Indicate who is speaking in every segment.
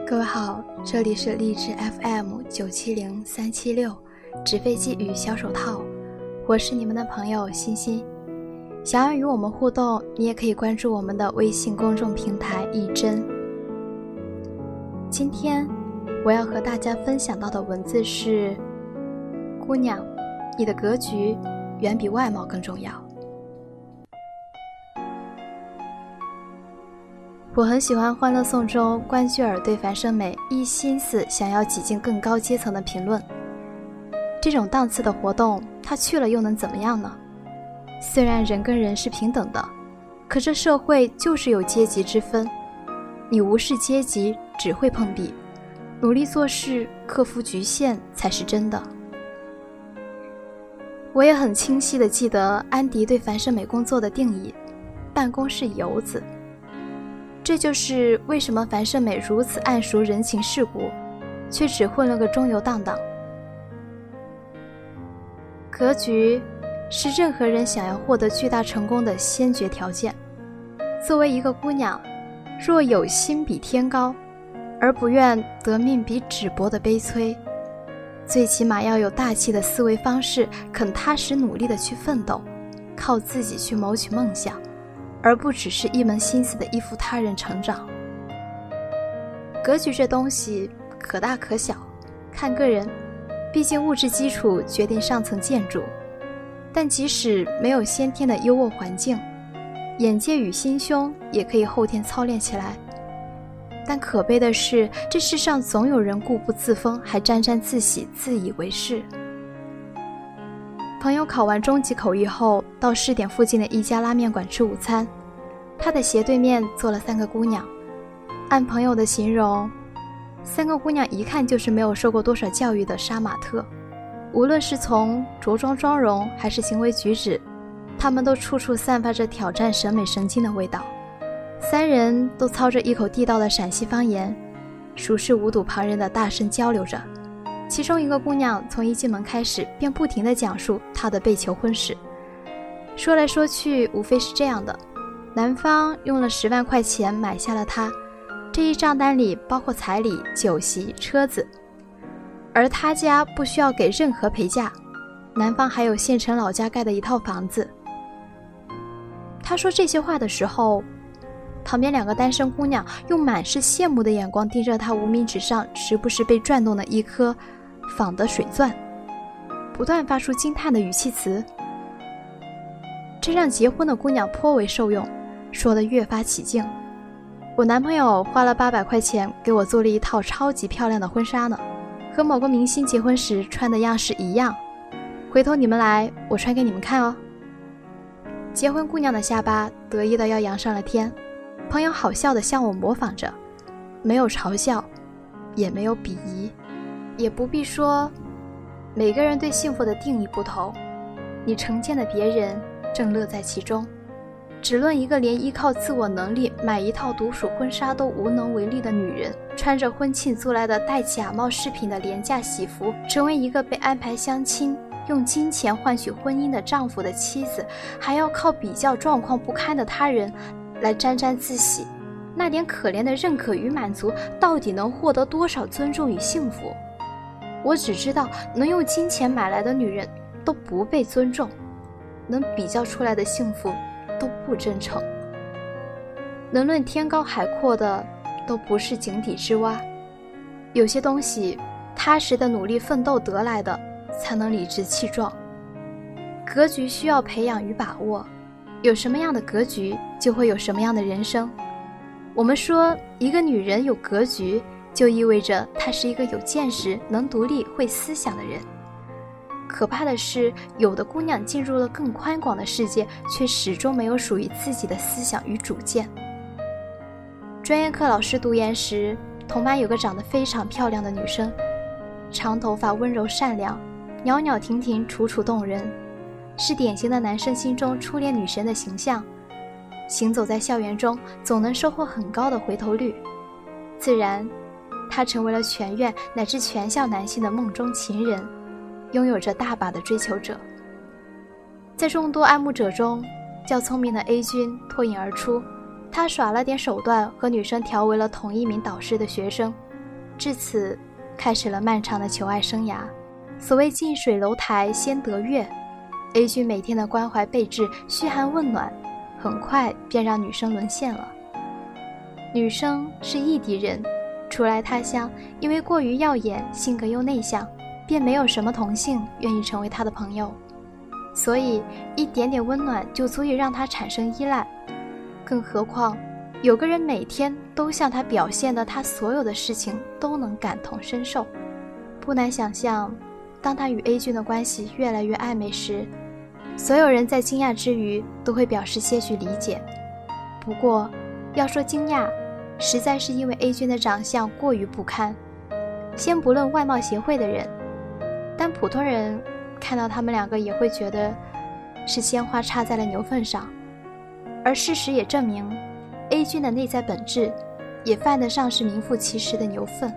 Speaker 1: 各位好，这里是励志 FM970376 纸飞机与小手套，我是你们的朋友欣欣。想要与我们互动，你也可以关注我们的微信公众平台一真。今天我要和大家分享到的文字是：姑娘，你的格局远比外貌更重要。我很喜欢《欢乐颂》中关雎尔对樊胜美一心思想要挤进更高阶层的评论。这种档次的活动，他去了又能怎么样呢？虽然人跟人是平等的，可这社会就是有阶级之分。你无视阶级，只会碰壁；努力做事，克服局限，才是真的。我也很清晰地记得安迪对樊胜美工作的定义：办公室游子。这就是为什么樊胜美如此谙熟人情世故，却只混了个中游荡荡。格局是任何人想要获得巨大成功的先决条件。作为一个姑娘，若有心比天高，而不愿得命比纸薄的悲催，最起码要有大气的思维方式，肯踏实努力的去奋斗，靠自己去谋取梦想，而不只是一门心思的依附他人成长。格局这东西可大可小，看个人，毕竟物质基础决定上层建筑。但即使没有先天的优渥环境，眼界与心胸也可以后天操练起来。但可悲的是，这世上总有人固步自封，还沾沾自喜，自以为是。朋友考完中级口译后，到试点附近的一家拉面馆吃午餐，他的斜对面坐了3个姑娘。按朋友的形容，3个姑娘一看就是没有受过多少教育的杀马特，无论是从着装妆容还是行为举止，她们都处处散发着挑战审美神经的味道。3人都操着一口地道的陕西方言，熟视无睹旁人的大声交流着。其中一个姑娘从一进门开始便不停地讲述她的被求婚史，说来说去无非是这样的：男方用了10万块钱买下了她，这一账单里包括彩礼、酒席、车子，而他家不需要给任何陪嫁，男方还有县城老家盖的一套房子。他说这些话的时候，旁边2个单身姑娘用满是羡慕的眼光盯着他无名指上时不时被转动的一颗仿的水钻，不断发出惊叹的语气词。这让结婚的姑娘颇为受用，说得越发起劲。我男朋友花了800块钱给我做了一套超级漂亮的婚纱呢，和某个明星结婚时穿的样式一样，回头你们来我穿给你们看哦。结婚姑娘的下巴得意的要扬上了天，朋友好笑的向我模仿着，没有嘲笑，也没有鄙夷。也不必说每个人对幸福的定义不同，你成见的别人正乐在其中。只论一个连依靠自我能力买一套独属婚纱都无能为力的女人，穿着婚庆租来的带假冒饰品的廉价喜服，成为一个被安排相亲用金钱换取婚姻的丈夫的妻子，还要靠比较状况不堪的他人来沾沾自喜，那点可怜的认可与满足到底能获得多少尊重与幸福？我只知道能用金钱买来的女人都不被尊重，能比较出来的幸福都不真诚，能论天高海阔的都不是井底之蛙。有些东西踏实的努力奋斗得来的才能理直气壮。格局需要培养与把握，有什么样的格局就会有什么样的人生。我们说一个女人有格局，就意味着她是一个有见识、能独立、会思想的人。可怕的是，有的姑娘进入了更宽广的世界，却始终没有属于自己的思想与主见。专业课老师读研时，同班有个长得非常漂亮的女生，长头发，温柔善良，袅袅婷婷，楚楚动人，是典型的男生心中初恋女神的形象。行走在校园中，总能收获很高的回头率，自然她成为了全院乃至全校男性的梦中情人，拥有着大把的追求者。在众多爱慕者中，较聪明的 A 君脱颖而出，他耍了点手段，和女生调为了同一名导师的学生， 至此开始了漫长的求爱生涯。所谓近水楼台先得月，A 君每天的关怀备至、嘘寒问暖，很快便让女生沦陷了。女生是异地人，初来他乡，因为过于耀眼，性格又内向，便没有什么同性愿意成为她的朋友，所以一点点温暖就足以让她产生依赖。更何况有个人每天都向她表现的她所有的事情都能感同身受。不难想象，当她与 A 君的关系越来越暧昧时，所有人在惊讶之余都会表示些许理解。不过要说惊讶，实在是因为 A 君的长相过于不堪。先不论外貌协会的人，但普通人看到他们两个也会觉得是鲜花插在了牛粪上。而事实也证明， A 君的内在本质也犯得上是名副其实的牛粪。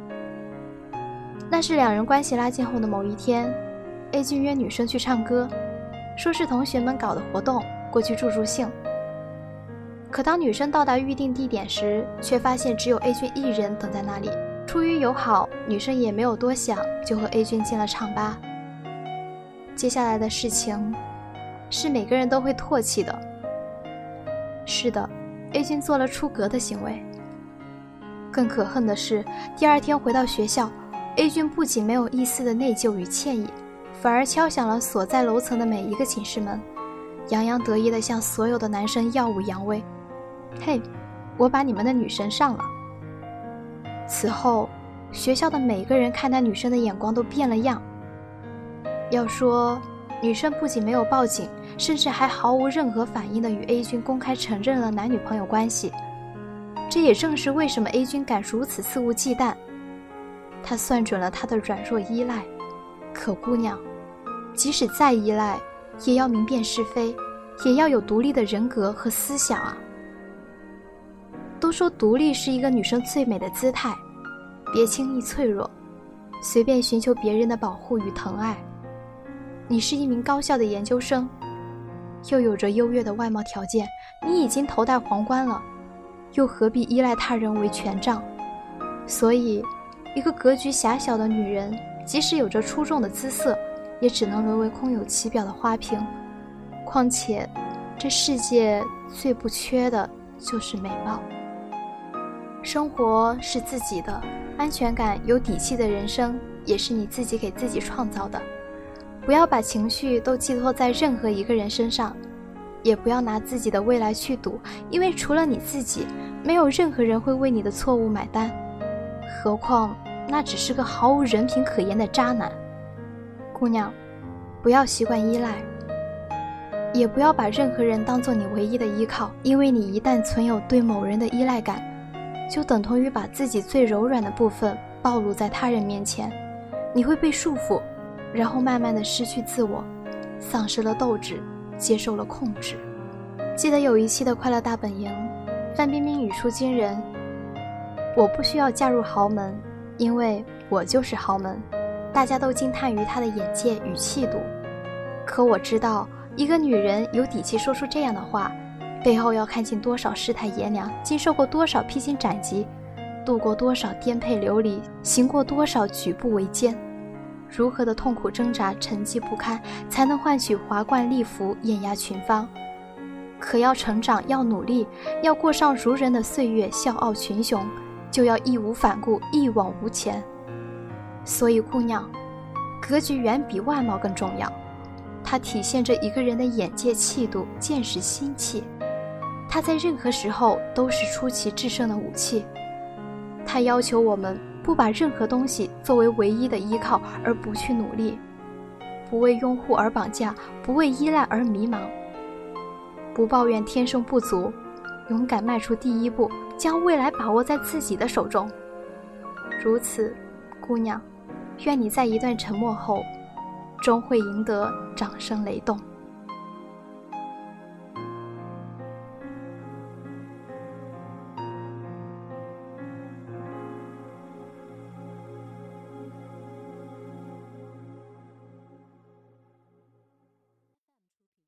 Speaker 1: 那是两人关系拉近后的某一天， A 君约女生去唱歌，说是同学们搞的活动，过去助助兴。可当女生到达预定地点时，却发现只有 A 君一人等在那里。出于友好，女生也没有多想，就和 A 君进了唱吧。接下来的事情是每个人都会唾弃的。是的， A 君做了出格的行为。更可恨的是，第二天回到学校， A 君不仅没有一丝的内疚与歉意，反而敲响了所在楼层的每一个寝室门，洋洋得意地向所有的男生耀武扬威。嘿，我把你们的女神上了。此后，学校的每个人看待女生的眼光都变了样。要说，女生不仅没有报警，甚至还毫无任何反应地与 A 君公开承认了男女朋友关系。这也正是为什么 A 君敢如此肆无忌惮。他算准了她的软弱依赖。可姑娘，即使再依赖，也要明辨是非，也要有独立的人格和思想啊。都说独立是一个女生最美的姿态，别轻易脆弱，随便寻求别人的保护与疼爱。你是一名高校的研究生，又有着优越的外貌条件，你已经头戴皇冠了，又何必依赖他人为权杖？所以，一个格局狭小的女人，即使有着出众的姿色，也只能沦为空有其表的花瓶。况且，这世界最不缺的就是美貌。生活是自己的，安全感有底气的人生也是你自己给自己创造的。不要把情绪都寄托在任何一个人身上，也不要拿自己的未来去赌，因为除了你自己，没有任何人会为你的错误买单，何况那只是个毫无人品可言的渣男。姑娘，不要习惯依赖，也不要把任何人当作你唯一的依靠，因为你一旦存有对某人的依赖感，就等同于把自己最柔软的部分暴露在他人面前，你会被束缚，然后慢慢的失去自我，丧失了斗志，接受了控制。记得有一期的快乐大本营，范冰冰语出惊人，我不需要嫁入豪门，因为我就是豪门。大家都惊叹于她的眼界与气度，可我知道一个女人有底气说出这样的话，背后要看尽多少世态炎凉，经受过多少披荆斩棘，度过多少颠沛流离，行过多少举步维艰，如何的痛苦挣扎，沉寂不堪，才能换取华冠丽服，艳压群芳。可要成长，要努力，要过上如人的岁月，笑傲群雄，就要义无反顾，一往无前。所以姑娘，格局远比外貌更重要，它体现着一个人的眼界、气度、见识、心气。它在任何时候都是出奇制胜的武器。它要求我们不把任何东西作为唯一的依靠而不去努力，不为拥护而绑架，不为依赖而迷茫，不抱怨天生不足，勇敢迈出第一步，将未来把握在自己的手中。如此，姑娘，愿你在一段沉默后，终会赢得掌声雷动。